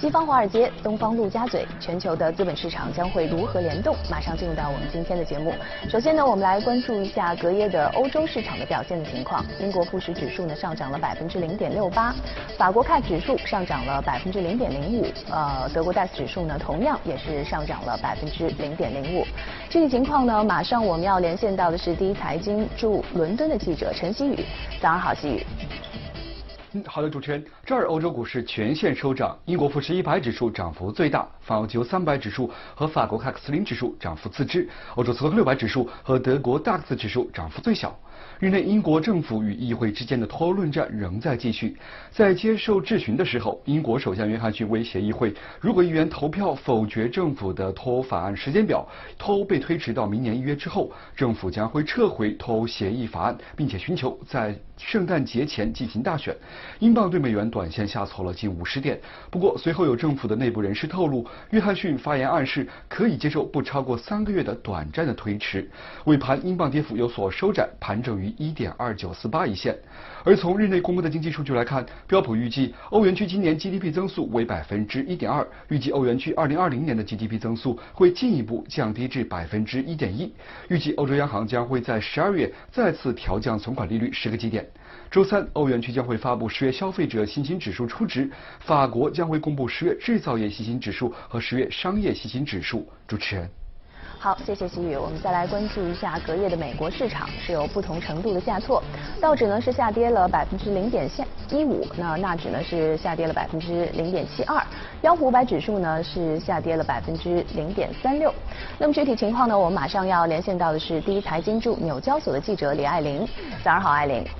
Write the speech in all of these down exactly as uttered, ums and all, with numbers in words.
西方华尔街，东方陆家嘴，全球的资本市场将会如何联动？马上进入到我们今天的节目。首先呢，我们来关注一下隔夜的欧洲市场的表现的情况。英国富时指数呢上涨了百分之零点六八，法国 C A C 指数上涨了百分之零点零五，呃，德国 D A X 指数呢同样也是上涨了百分之零点零五。具体情况呢，马上我们要连线到的是第一财经驻伦敦的记者陈希宇。早上好，希宇。 嗯，好的，主持人，这儿欧洲股市全线收涨，英国富时一百指数涨幅最大，泛欧九三百指数和法国 C A C 四零指数涨幅次之，欧洲综合六百指数和德国 D A X 指数涨幅最小。日内，英国政府与议会之间的脱欧论战仍在继续。在接受质询的时候，英国首相约翰逊威胁议会，如果议员投票否决政府的脱欧法案时间表，脱欧被推迟到明年一月之后，政府将会撤回脱欧协议法案，并且寻求在圣诞节前进行大选。英镑对美元短线下挫了近五十点。不过，随后有政府的内部人士透露，约翰逊发言暗示可以接受不超过三个月的短暂的推迟。尾盘，英镑跌幅有所收窄，盘整于一点二九四八一线。而从日内公布的经济数据来看，标普预计欧元区今年 G D P 增速为百分之一点二，预计欧元区二零二零年的 G D P 增速会进一步降低至百分之一点一。预计欧洲央行将会在十二月再次调降存款利率十个基点。周三，欧元区将会发布十月消费者信心指数初值，法国将会公布十月制造业信心指数和十月商业信心指数。主持人。 好，谢谢希宇。我们再来关注一下隔夜的美国市场是有不同程度的下挫，道指呢是下跌了百分之零点一五，那纳指呢是下跌了百分之零点七二，标普五百指数呢是下跌了百分之零点三六。那么具体情况呢，我们马上要连线到的是第一财经驻纽交所的记者李爱玲。早上好，爱玲。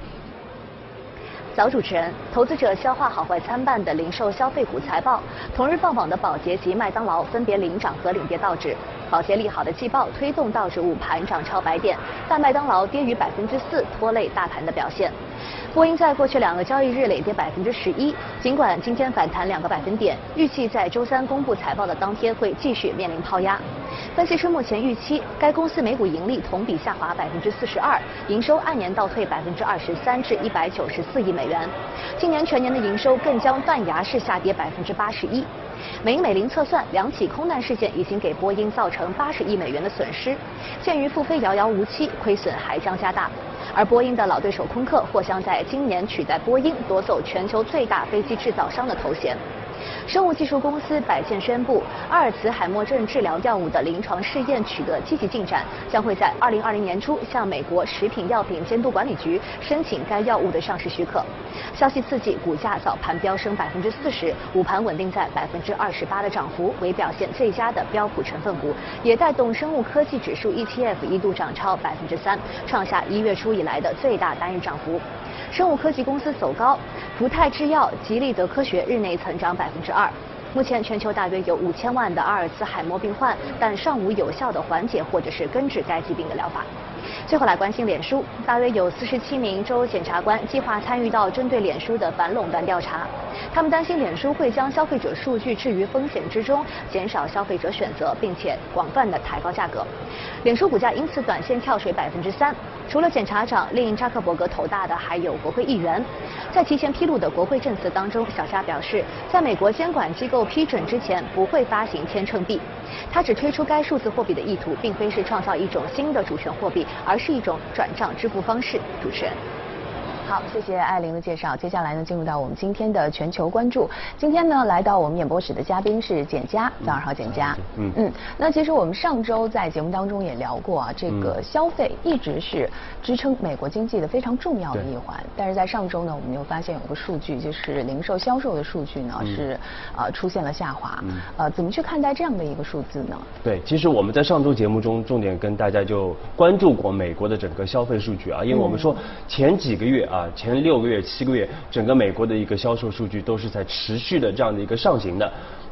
早，主持人，投资者消化好坏参半的零售消费股财报，同日放榜的宝洁及麦当劳分别领涨和领跌道指。宝洁利好的季报推动道指午盘涨超百点，但麦当劳跌逾百分之四，拖累大盘的表现。波音在过去两个交易日累跌百分之十一，尽管今天反弹两个百分点，预计在周三公布财报的当天会继续面临抛压。分析师目前预期该公司每股盈利同比下滑百分之四十二，营收按年倒退百分之二十三至一百九十四亿美元。今年全年的营收更将断崖式下跌百分之八十一。美银美林测算，两起空难事件已经给波音造成八十亿美元的损失。鉴于复飞遥遥无期，亏损还将加大。而波音的老对手空客或将在今年取代波音夺走全球最大飞机制造商的头衔。生物技术公司百健宣布，阿尔茨海默症治疗药物的临床试验取得积极进展，将会在二零二零年初向美国食品药品监督管理局申请该药物的上市许可。消息刺激，股价早盘飙升百分之四十，午盘稳定在百分之二十八的涨幅，为表现最佳的标普成分股，也带动生物科技指数 E T F 一度涨超百分之三，创下一月初以来的最大单日涨幅。生物科技公司走高，福泰制药、吉利德科学日内曾涨百分之二。目前全球大约有五千万的阿尔茨海默病患，但尚无有效的缓解或者是根治该疾病的疗法。最后来关心脸书，大约有四十七名州检察官计划参与到针对脸书的反垄断调查。他们担心脸书会将消费者数据置于风险之中，减少消费者选择，并且广泛的抬高价格。脸书股价因此短线跳水百分之三。除了检察长令扎克伯格头大的还有国会议员。在提前披露的国会证词当中，小夏表示，在美国监管机构批准之前，不会发行天秤币。他只推出该数字货币的意图，并非是创造一种新的主权货币，而是一种转账支付方式。主持人。 好，谢谢艾琳的介绍。接下来呢，进入到我们今天的全球关注。今天呢，来到我们演播室的嘉宾是简佳。早上好，简佳。嗯嗯。那其实我们上周在节目当中也聊过啊，这个消费一直是支撑美国经济的非常重要的一环。但是在上周呢，我们又发现有个数据，就是零售销售的数据呢、嗯、是呃出现了下滑。嗯、呃，怎么去看待这样的一个数字呢？ 对，其实我们在上周节目中重点跟大家就关注过美国的整个消费数据啊，因为我们说前几个月啊。啊，前六个月、七个月，整个美国的一个销售数据都是在持续的这样的一个上行的。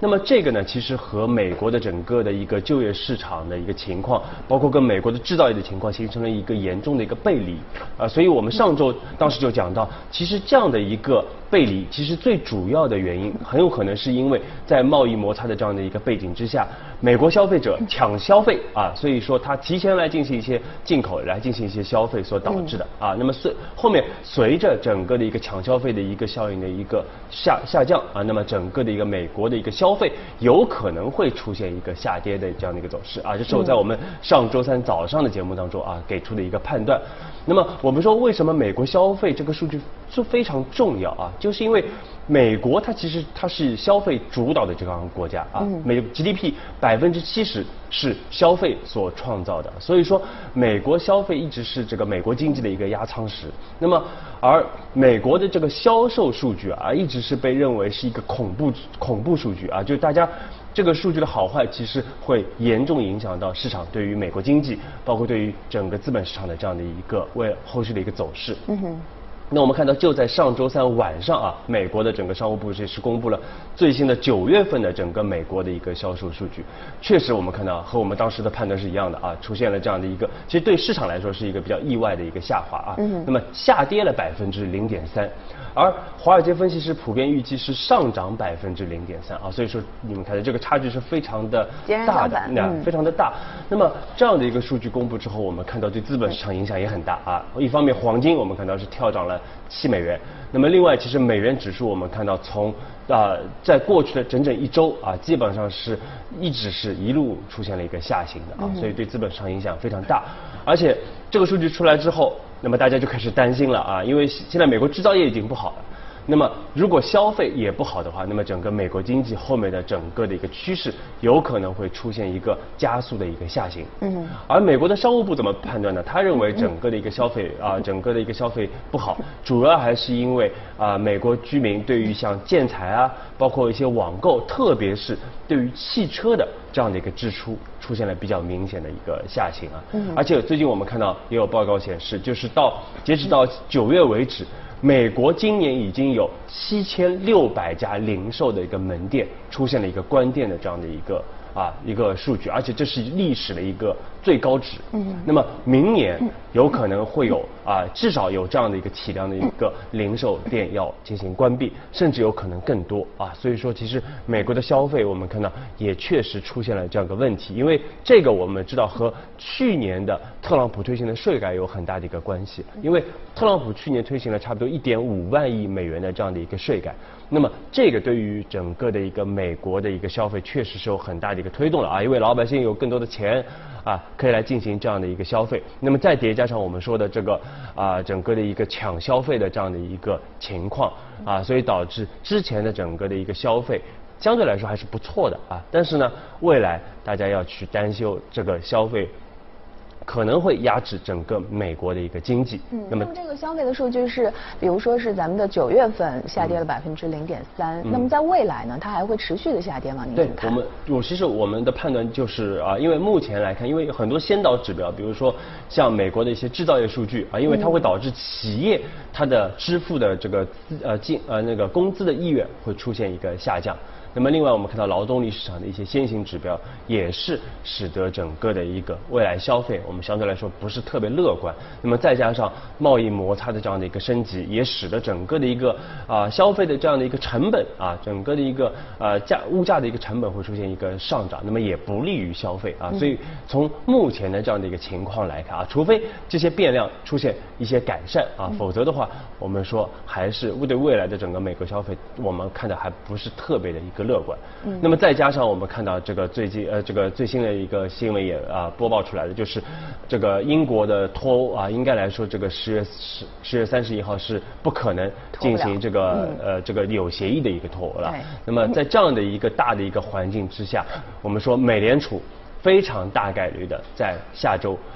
那么这个呢，其实和美国的整个的一个就业市场的一个情况，包括跟美国的制造业的情况形成了一个严重的一个背离啊。所以我们上周当时就讲到，其实这样的一个背离，其实最主要的原因很有可能是因为在贸易摩擦的这样的一个背景之下，美国消费者抢消费啊，所以说他提前来进行一些进口，来进行一些消费所导致的啊。那么随后面随着整个的一个抢消费的一个效应的一个下下降啊，那么整个的一个美国的一个消费有可能会出现一个下跌的这样的一个走势啊，这是我在我们上周三早上的节目当中啊给出的一个判断。那么我们说为什么美国消费这个数据就非常重要啊？就是因为美国它其实它是消费主导的这个国家啊，美 G D P 百分之七十是消费所创造的，所以说美国消费一直是这个美国经济的一个压舱石。那么而美国的这个销售数据啊，一直是被认为是一个恐怖恐怖数据啊，就是大家这个数据的好坏其实会严重影响到市场对于美国经济，包括对于整个资本市场的这样的一个为后续的一个走势。嗯哼。那我们看到，就在上周三晚上啊，美国的整个商务部这是公布了最新的九月份的整个美国的一个销售数据。确实，我们看到和我们当时的判断是一样的啊，出现了这样的一个，其实对市场来说是一个比较意外的一个下滑啊。嗯。那么下跌了百分之零点三，而华尔街分析师普遍预计是上涨百分之零点三啊，所以说你们看的这个差距是非常的大的，那、嗯、非常的大。那么这样的一个数据公布之后，我们看到对资本市场影响也很大啊。一方面，黄金我们看到是跳涨了七美元，那么另外，其实美元指数我们看到从啊、呃、在过去的整整一周啊，基本上是一直是一路出现了一个下行的啊，所以对资本市场影响非常大。而且这个数据出来之后，那么大家就开始担心了啊，因为现在美国制造业已经不好了。那么如果消费也不好的话，那么整个美国经济后面的整个的一个趋势有可能会出现一个加速的一个下行。嗯。而美国的商务部怎么判断呢？他认为整个的一个消费啊，整个的一个消费不好，主要还是因为啊，美国居民对于像建材啊，包括一些网购，特别是对于汽车的这样的一个支出出现了比较明显的一个下行啊。嗯。而且最近我们看到也有报告显示，就是到截止到九月为止，美国今年已经有七千六百家零售的一个门店出现了一个关店的这样的一个啊一个数据，而且这是历史的一个最高值。嗯。那么明年有可能会有啊至少有这样的一个体量的一个零售店要进行关闭，甚至有可能更多啊。所以说，其实美国的消费我们看到也确实出现了这样一个问题，因为这个我们知道和去年的特朗普推行的税改有很大的一个关系，因为特朗普去年推行了差不多一点五万亿美元的这样的一个税改，那么这个对于整个的一个美国的一个消费确实是有很大的一个推动了啊，因为老百姓有更多的钱啊，可以来进行这样的一个消费，那么再叠加上我们说的这个啊整个的一个抢消费的这样的一个情况啊，所以导致之前的整个的一个消费相对来说还是不错的啊，但是呢，未来大家要去担忧这个消费可能会压制整个美国的一个经济。 嗯，那么这个消费的数据是，比如说是咱们的九月份下跌了百分之零点三，那么在未来呢，它还会持续的下跌吗？您对我们，我其实我们的判断就是啊，因为目前来看，因为有很多先导指标，比如说像美国的一些制造业数据啊，因为它会导致企业它的支付的这个呃进呃那个工资的意愿会出现一个下降。那么另外我们看到劳动力市场的一些先行指标，也是使得整个的一个未来消费我们相对来说不是特别乐观。那么再加上贸易摩擦的这样的一个升级，也使得整个的一个啊、呃、消费的这样的一个成本啊，整个的一个呃价物价的一个成本会出现一个上涨，那么也不利于消费啊。所以从目前的这样的一个情况来看啊，除非这些变量出现一些改善啊，否则的话，我们说还是对未来的整个美国消费，我们看的还不是特别的一个乐观。嗯，那么再加上我们看到这个最近呃这个最新的一个新闻也啊播报出来的，就是这个英国的脱欧啊，应该来说这个十月十十月三十一号是不可能进行这个、嗯、呃这个有协议的一个脱欧了。那么在这样的一个大的一个环境之下，我们说美联储非常大概率的在下周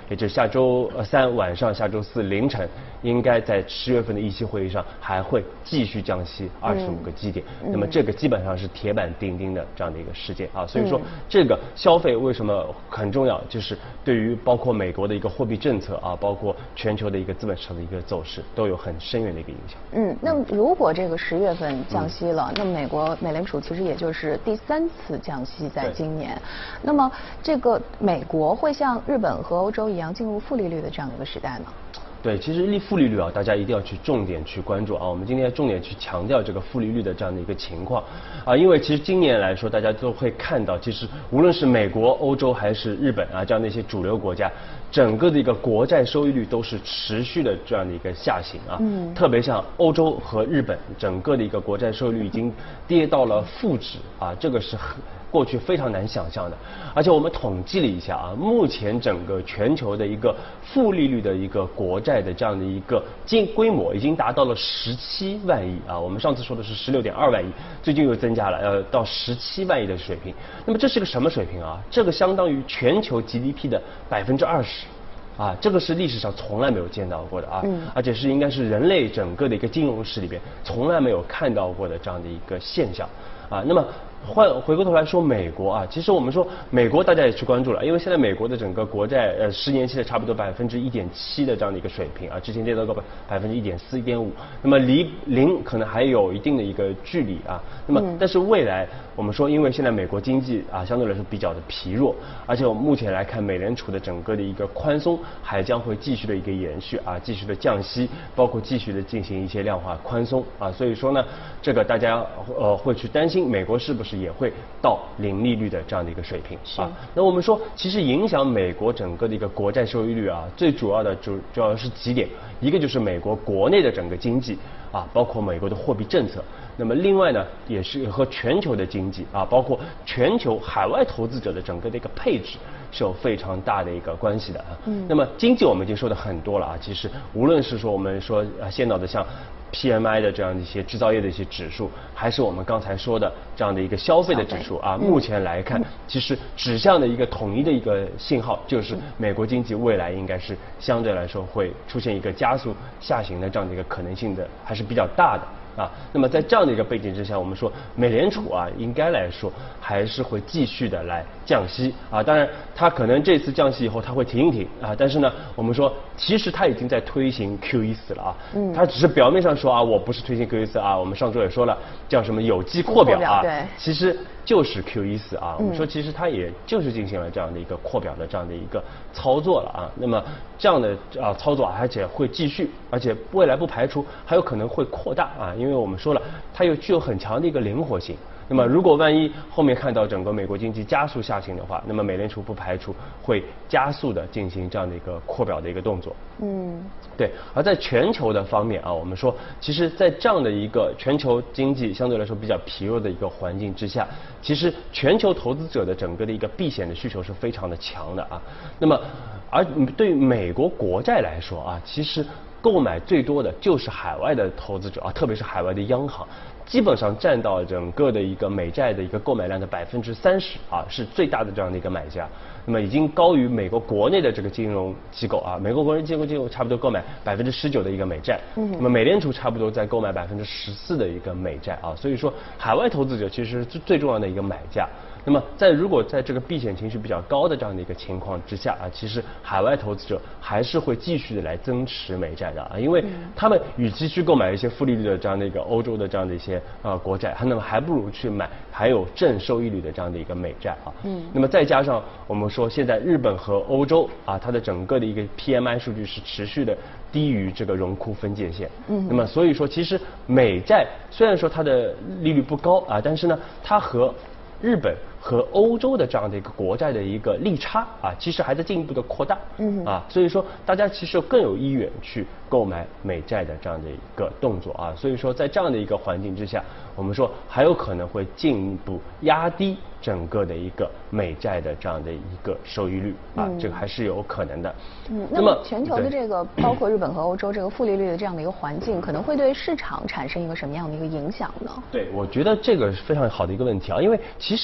也就是下周三晚上、下周四凌晨，应该在十月份的议息会议上还会继续降息二十五个基点。嗯、那么这个基本上是铁板钉钉的这样的一个事件啊。所以说，这个消费为什么很重要？就是对于包括美国的一个货币政策啊，包括全球的一个资本市场的一个走势，都有很深远的一个影响。 嗯，那么如果这个十月份降息了，嗯、那么美国美联储其实也就是第三次降息在今年。那么这个美国会像日本和欧洲一样进入负利率的这样的一个时代吗？ 对，其实利负利率啊，大家一定要去重点去关注啊。我们今天重点去强调这个负利率的这样的一个情况啊，因为其实今年来说，大家都会看到，其实无论是美国、欧洲还是日本啊这样的一些主流国家，整个的一个国债收益率都是持续的这样的一个下行啊。嗯。特别像欧洲和日本，整个的一个国债收益率已经跌到了负值啊，这个是很。过去非常难想象的，而且我们统计了一下啊，目前整个全球的一个负利率的一个国债的这样的一个金规模已经达到了十七万亿啊，我们上次说的是十六点二万亿，最近又增加了呃到十七万亿的水平。那么这是个什么水平啊？这个相当于全球 G D P 的百分之二十。啊，这个是历史上从来没有见到过的啊，嗯、而且是应该是人类整个的一个金融史里边从来没有看到过的这样的一个现象啊。那么换回过头来说美国啊，其实我们说美国大家也去关注了，因为现在美国的整个国债呃十年期的差不多百分之一点七的这样的一个水平啊，之前跌到个百分之一点四、一点五，那么离零可能还有一定的一个距离啊。那么但是未来我们说，因为现在美国经济啊相对来说比较的疲弱，而且我们目前来看，美联储的整个的一个宽松还将会继续的一个延续啊，继续的降息，包括继续的进行一些量化宽松啊，所以说呢，这个大家呃会去担心美国是不是也会到零利率的这样的一个水平啊。那我们说，其实影响美国整个的一个国债收益率啊，最主要的主主要是几点，一个就是美国国内的整个经济啊，包括美国的货币政策。那么另外呢，也是和全球的经济啊，包括全球海外投资者的整个的一个配置是有非常大的一个关系的啊。嗯。那么经济我们已经说的很多了啊，其实无论是说我们说啊，先导的像 P M I 的这样的一些制造业的一些指数，还是我们刚才说的这样的一个消费的指数啊，目前来看，其实指向的一个统一的一个信号，就是美国经济未来应该是相对来说会出现一个加速下行的这样的一个可能性的，还是比较大的。啊，那么在这样的一个背景之下，我们说美联储啊，应该来说还是会继续的来降息啊。当然，它可能这次降息以后，它会停一停啊。但是呢，我们说其实它已经在推行 Q E 四了啊。嗯。它只是表面上说啊，我不是推行 Q E 四啊。我们上周也说了，叫什么有机扩表啊。对。其实就是 Q E 四啊。我们说其实它也就是进行了这样的一个扩表的这样的一个操作了啊。那么这样的啊操作，而且会继续，而且未来不排除还有可能会扩大啊。因为我们说了，它又具有很强的一个灵活性。那么如果万一后面看到整个美国经济加速下行的话，那么美联储不排除会加速的进行这样的一个扩表的一个动作。嗯，对。而在全球的方面啊，我们说，其实，在这样的一个全球经济相对来说比较疲弱的一个环境之下，其实全球投资者的整个的一个避险的需求是非常的强的啊。那么，而对美国国债来说啊，其实购买最多的就是海外的投资者啊，特别是海外的央行，基本上占到整个的一个美债的一个购买量的百分之三十啊，是最大的这样的一个买家。那么已经高于美国国内的这个金融机构啊，美国国内金融机构差不多购买百分之十九的一个美债，嗯，那么美联储差不多在购买百分之十四的一个美债啊，所以说海外投资者其实是最最重要的一个买家。那么在如果在这个避险情绪比较高的这样的一个情况之下啊，其实海外投资者还是会继续的来增持美债的啊，因为他们与其去购买一些负利率的这样的一个欧洲的这样的一些呃国债，那么还不如去买还有正收益率的这样的一个美债啊。嗯。那么再加上我们说现在日本和欧洲啊，它的整个的一个 P M I 数据是持续的低于这个荣枯分界线。嗯。那么所以说，其实美债虽然说它的利率不高啊，但是呢，它和日本和欧洲的这样的一个国债的一个利差啊，其实还在进一步的扩大，嗯啊，所以说大家其实更有意愿去购买美债的这样的一个动作啊，所以说在这样的一个环境之下，我们说还有可能会进一步压低整个的一个美债的这样的一个收益率啊，嗯、这个还是有可能的。 嗯，那么全球的这个包括日本和欧洲这个负利率的这样的一个环境，可能会对市场产生一个什么样的一个影响呢？ 对，我觉得这个是非常好的一个问题啊，因为其实这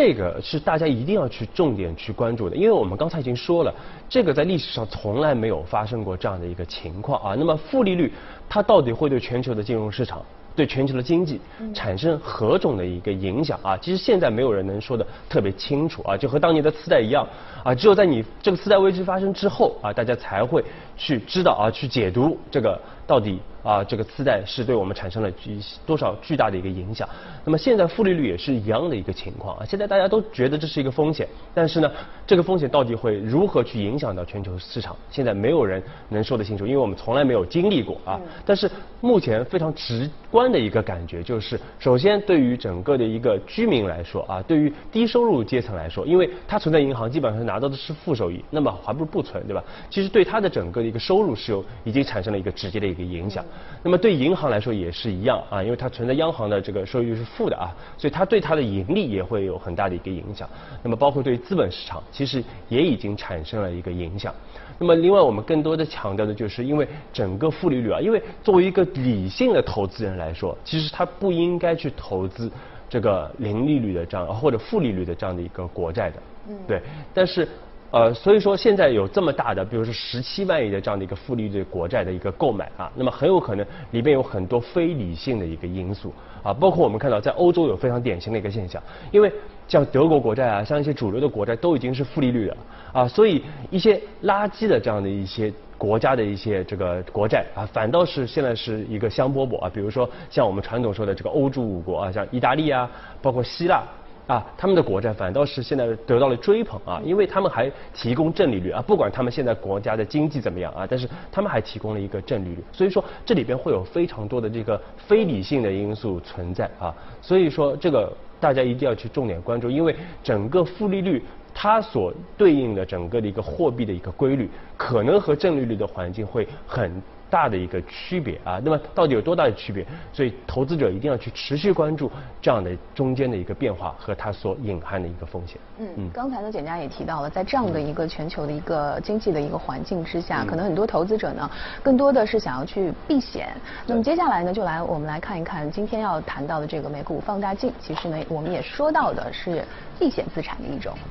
这个是大家一定要去重点去关注的，因为我们刚才已经说了，这个在历史上从来没有发生过这样的一个情况啊。那么负利率它到底会对全球的金融市场、对全球的经济产生何种的一个影响啊？其实现在没有人能说的特别清楚啊，就和当年的次贷一样啊，只有在你这个次贷危机发生之后啊，大家才会去知道啊，去解读这个到底啊这个次贷是对我们产生了多少巨大的一个影响。那么现在负利率也是一样的一个情况啊，现在大家都觉得这是一个风险，但是呢，这个风险到底会如何去影响到全球市场，现在没有人能说得清楚，因为我们从来没有经历过啊。但是目前非常直观的一个感觉就是，首先对于整个的一个居民来说啊，对于低收入阶层来说，因为他存在银行基本上拿到的是负收益，那么还不如不存，对吧？其实对他的整个的一个收入是有已经产生了一个直接的一个影响。那么对银行来说也是一样啊，因为它存在央行的这个收益率是负的啊，所以它对它的盈利也会有很大的一个影响。那么包括对资本市场，其实也已经产生了一个影响。那么另外我们更多的强调的就是，因为整个负利率啊，因为作为一个理性的投资人来说，其实他不应该去投资这个零利率的这样或者负利率的这样的一个国债的，嗯，对，但是。呃，所以说现在有这么大的，比如说十七万亿的这样的一个负利率国债的一个购买啊，那么很有可能里面有很多非理性的一个因素啊，包括我们看到在欧洲有非常典型的一个现象，因为像德国国债啊，像一些主流的国债都已经是负利率了啊，所以一些垃圾的这样的一些国家的一些这个国债啊，反倒是现在是一个香饽饽啊，比如说像我们传统说的这个欧洲五国啊，像意大利啊，包括希腊。啊，他们的国债反倒是现在得到了追捧啊，因为他们还提供正利率啊，不管他们现在国家的经济怎么样啊，但是他们还提供了一个正利率，所以说这里边会有非常多的这个非理性的因素存在啊，所以说这个大家一定要去重点关注，因为整个负利率它所对应的整个的一个货币的一个规律，可能和正利率的环境会很大的一个区别啊，那么到底有多大的区别？所以投资者一定要去持续关注这样的中间的一个变化和它所隐含的一个风险。 嗯嗯，刚才呢简家也提到了，在这样的一个全球的一个经济的一个环境之下，嗯、可能很多投资者呢更多的是想要去避险。那么接下来呢，就来我们来看一看今天要谈到的这个美股放大镜，其实呢我们也说到的是避险资产的一种。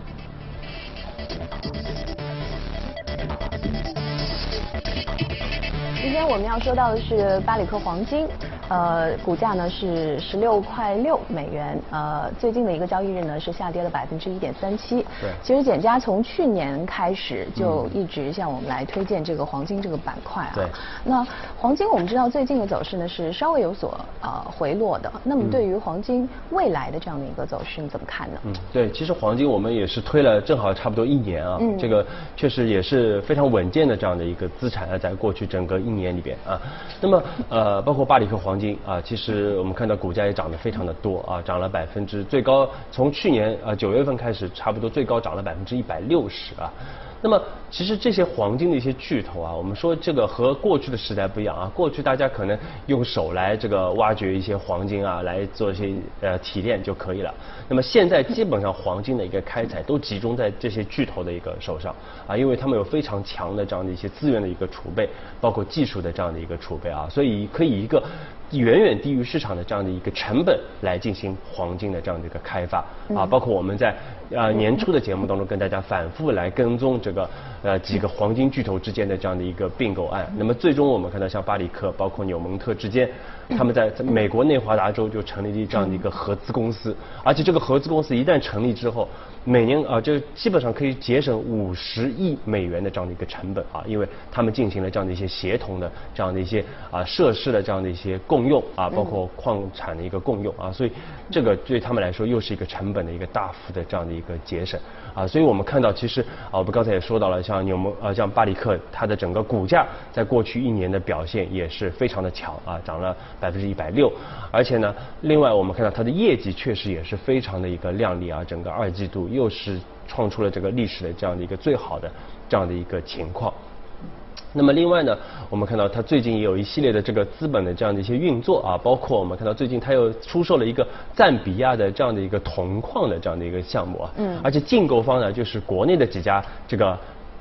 今天我们要说到的是巴里克黄金，呃，股价呢是十六块六美元，呃，最近的一个交易日呢是下跌了百分之一点三七。 对， 其实简家从去年开始就一直向我们来推荐这个黄金这个板块啊。 对。 那黄金我们知道最近的走势呢是稍微有所呃回落的，那么对于黄金未来的这样的一个走势你怎么看呢？ 嗯，对，其实黄金我们也是推了正好差不多一年啊，嗯、这个确实也是非常稳健的这样的一个资产啊，在过去整个一年里边啊，那么呃，包括巴里克黄金啊，其实我们看到股价也涨得非常的多啊，涨了百分之最高，从去年啊九月份开始，差不多最高涨了百分之一百六十啊。那么其实这些黄金的一些巨头啊，我们说这个和过去的时代不一样啊，过去大家可能用手来这个挖掘一些黄金啊，来做一些呃提炼就可以了。那么现在基本上黄金的一个开采都集中在这些巨头的一个手上啊，因为他们有非常强的这样的一些资源的一个储备，包括技术的这样的一个储备啊，所以可以一个远远低于市场的这样的一个成本来进行黄金的这样的一个开发啊，包括我们在呃年初的节目当中跟大家反复来跟踪这个呃几个黄金巨头之间的这样的一个并购案，那么最终我们看到像巴里克包括纽蒙特之间，他们在在美国内华达州就成立了这样的一个合资公司，而且这个合资公司一旦成立之后，每年啊就基本上可以节省五十亿美元的这样的一个成本啊，因为他们进行了这样的一些协同的这样的一些啊设施的这样的一些共用啊，包括矿产的一个共用啊，所以这个对他们来说又是一个成本的一个大幅的这样的一个节省啊，所以我们看到其实啊我们刚才也说到了，像纽蒙呃像巴里克它的整个股价在过去一年的表现也是非常的强啊，涨了百分之一百六，而且呢，另外我们看到它的业绩确实也是非常的一个亮丽啊，整个二季度又是创出了这个历史的这样的一个最好的这样的一个情况。那么另外呢，我们看到它最近也有一系列的这个资本的这样的一些运作啊，包括我们看到最近它又出售了一个赞比亚的这样的一个铜矿的这样的一个项目啊，嗯，而且竞购方呢就是国内的几家这个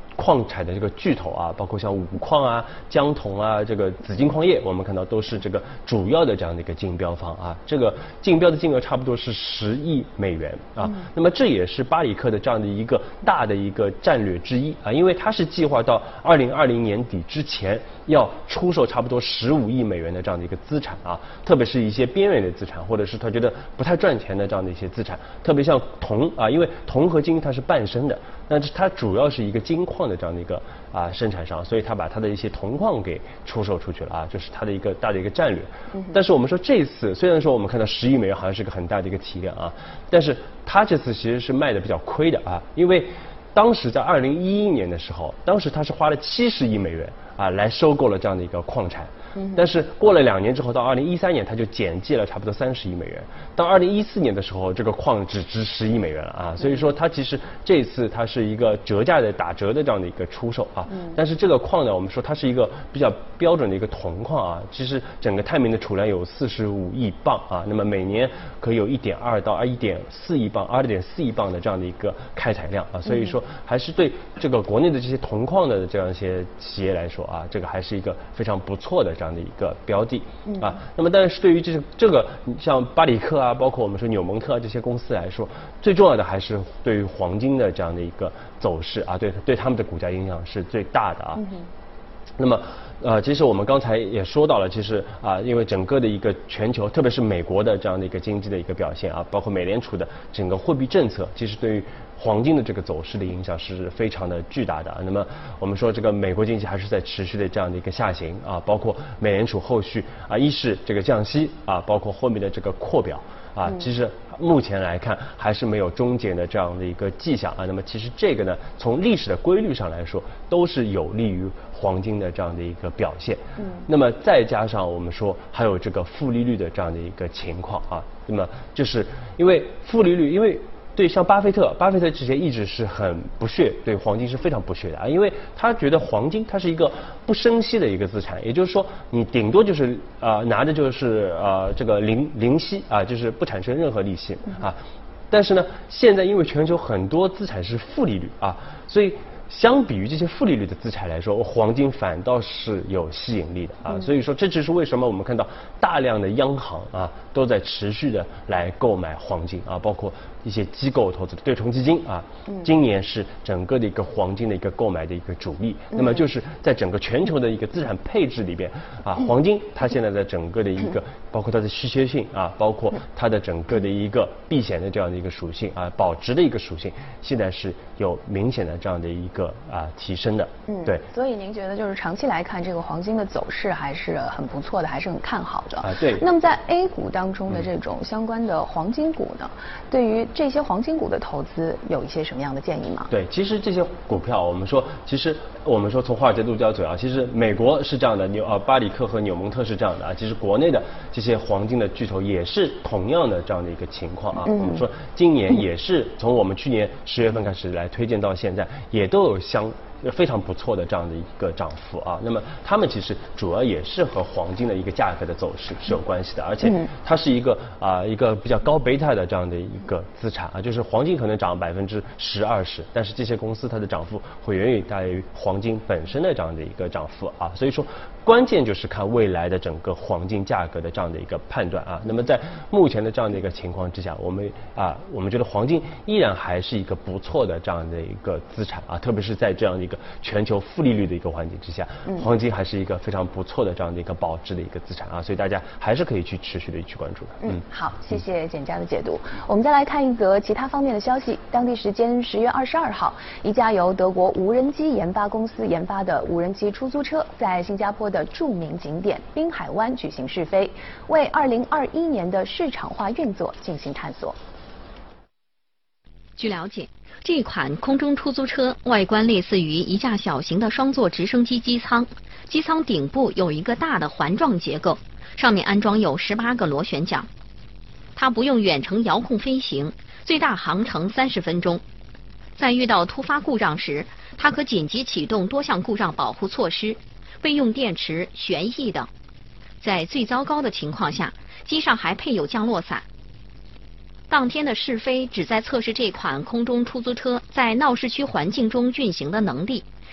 矿产的这个巨头啊，包括像五矿啊、江铜啊、这个紫金矿业，我们看到都是这个主要的这样的一个竞标方啊。这个竞标的金额差不多是十亿美元啊。嗯、那么这也是巴里克的这样的一个大的一个战略之一啊，因为它是计划到二零二零年底之前要出售差不多十五亿美元的这样的一个资产啊，特别是一些边缘的资产，或者是他觉得不太赚钱的这样的一些资产，特别像铜啊，因为铜和金它是伴生的。那它主要是一个金矿的这样的一个啊生产商，所以它把它的一些铜矿给出售出去了啊，这是它的一个大的一个战略。嗯、但是我们说这次虽然说我们看到十亿美元好像是个很大的一个体量啊，但是它这次其实是卖的比较亏的啊，因为当时在二零一一年的时候，当时它是花了七十亿美元啊来收购了这样的一个矿产。但是过了两年之后，到二零一三年，它就减记了差不多三十亿美元。到二零一四年的时候，这个矿只值十亿美元了啊！所以说，它其实这次它是一个折价的打折的这样的一个出售啊。但是这个矿呢，我们说它是一个比较标准的一个铜矿啊。其实整个探明的储量有四十五亿磅啊，那么每年可以有一点二到一点四亿磅、二点四亿磅的这样的一个开采量啊。所以说，还是对这个国内的这些铜矿的这样一些企业来说啊，这个还是一个非常不错的这样的一个标的啊。那么但是对于这这个像巴里克啊，包括我们说纽蒙特啊这些公司来说，最重要的还是对于黄金的这样的一个走势啊，对对他们的股价影响是最大的啊。嗯、那么呃，其实我们刚才也说到了，其实啊，因为整个的一个全球，特别是美国的这样的一个经济的一个表现啊，包括美联储的整个货币政策，其实对于黄金的这个走势的影响是非常的巨大的。那么我们说这个美国经济还是在持续的这样的一个下行啊，包括美联储后续啊，一是这个降息啊，包括后面的这个扩表啊，其实目前来看还是没有终结的这样的一个迹象啊。那么其实这个呢，从历史的规律上来说，都是有利于黄金的这样的一个表现。嗯。那么再加上我们说还有这个负利率的这样的一个情况啊，那么就是因为负利率，因为对，像巴菲特，巴菲特之前一直是很不屑，对黄金是非常不屑的啊，因为他觉得黄金它是一个不生息的一个资产，也就是说你顶多就是啊、呃、拿的就是啊、呃、这个零零息啊，就是不产生任何利息啊。但是呢，现在因为全球很多资产是负利率啊，所以相比于这些负利率的资产来说，黄金反倒是有吸引力的啊。所以说这就是为什么我们看到大量的央行啊都在持续的来购买黄金啊，包括一些机构投资的对冲基金啊，今年是整个的一个黄金的一个购买的一个主力。那么就是在整个全球的一个资产配置里边啊，黄金它现在的整个的一个包括它的稀缺性啊，包括它的整个的一个避险的这样的一个属性啊，保值的一个属性，现在是有明显的这样的一个啊提升的。嗯，对。 所以您觉得就是长期来看，这个黄金的走势还是很不错的，还是很看好的啊？对。 那么在 A 股当中的这种相关的黄金股呢，对于这些黄金股的投资有一些什么样的建议吗？ 对，其实这些股票，我们说，其实我们说从华尔街陆家嘴啊，其实美国是这样的，纽啊巴里克和纽蒙特是这样的啊，其实国内的这些黄金的巨头也是同样的这样的一个情况啊。嗯、我们说今年也是从我们去年十月份开始来推荐到现在，也都有相。非常不错的这样的一个涨幅啊，那么他们其实主要也是和黄金的一个价格的走势是有关系的，而且它是一个啊一个比较高贝塔的这样的一个资产啊，就是黄金可能涨百分之十二十，但是这些公司它的涨幅会远远大于黄金本身的这样的一个涨幅啊，所以说关键就是看未来的整个黄金价格的这样的一个判断啊。那么在目前的这样的一个情况之下，我们啊我们觉得黄金依然还是一个不错的这样的一个资产啊，特别是在这样的一个全球负利率的一个环境之下，黄金还是一个非常不错的这样的一个保值的一个资产啊，所以大家还是可以去持续的去关注的。 嗯，好，谢谢简家的解读。我们再来看一则其他方面的消息。当地时间十月二十二号，一家由德国无人机研发公司研发的无人机出租车在新加坡的著名景点滨海湾举行试飞，为二零二一年的市场化运作进行探索。 据了解，这款空中出租车外观类似于一架小型的双座直升机机舱，机舱顶部有一个大的环状结构，上面安装有十八个螺旋桨。它不用远程遥控飞行，最大航程三十分钟。在遇到突发故障时，它可紧急启动多项故障保护措施，备用电池、旋翼等。在最糟糕的情况下，机上还配有降落伞。当天的试飞旨在测试这款空中出租车在闹市区环境中运行的能力，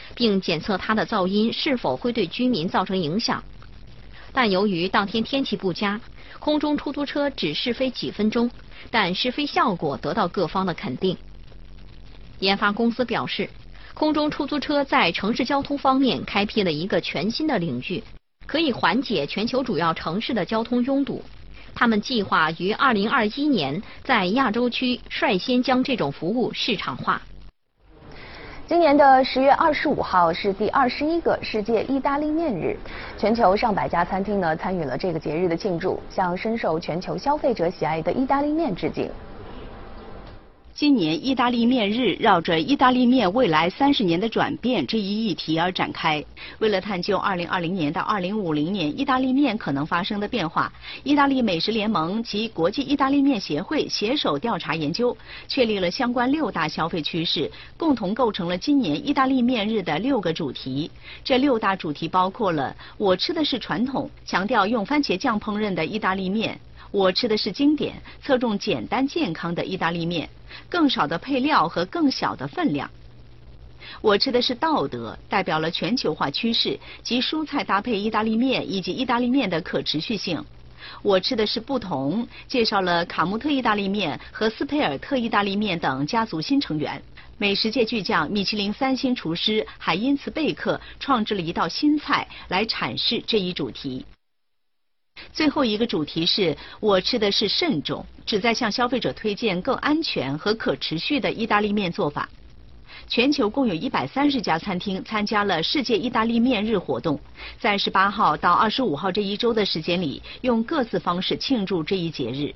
并检测它的噪音是否会对居民造成影响。但由于当天天气不佳，空中出租车只试飞几分钟，但试飞效果得到各方的肯定。研发公司表示，空中出租车在城市交通方面开辟了一个全新的领域，可以缓解全球主要城市的交通拥堵。他们计划于二零二一年在亚洲区率先将这种服务市场化。 今年的十月二十五号是第二十一个世界意大利面日，全球上百家餐厅呢参与了这个节日的庆祝，向深受全球消费者喜爱的意大利面致敬。 今年意大利面日绕着意大利面未来三十年的转变这一议题而展开。为了探究二零二零年到二零五零年意大利面可能发生的变化，意大利美食联盟及国际意大利面协会携手调查研究，确立了相关六大消费趋势，共同构成了今年意大利面日的六个主题。这六大主题包括了我吃的是传统，强调用番茄酱烹饪的意大利面；我吃的是经典，侧重简单健康的意大利面，更少的配料和更小的分量。我吃的是道德，代表了全球化趋势及蔬菜搭配意大利面以及意大利面的可持续性。我吃的是不同，介绍了卡穆特意大利面和斯佩尔特意大利面等家族新成员。美食界巨匠米其林三星厨师海因茨贝克创制了一道新菜来阐释这一主题。最后一个主题是我吃的是慎重，旨在向消费者推荐更安全和可持续的意大利面做法。全球共有一百三十家餐厅参加了世界意大利面日活动，在十八号到二十五号这一周的时间里，用各自方式庆祝这一节日。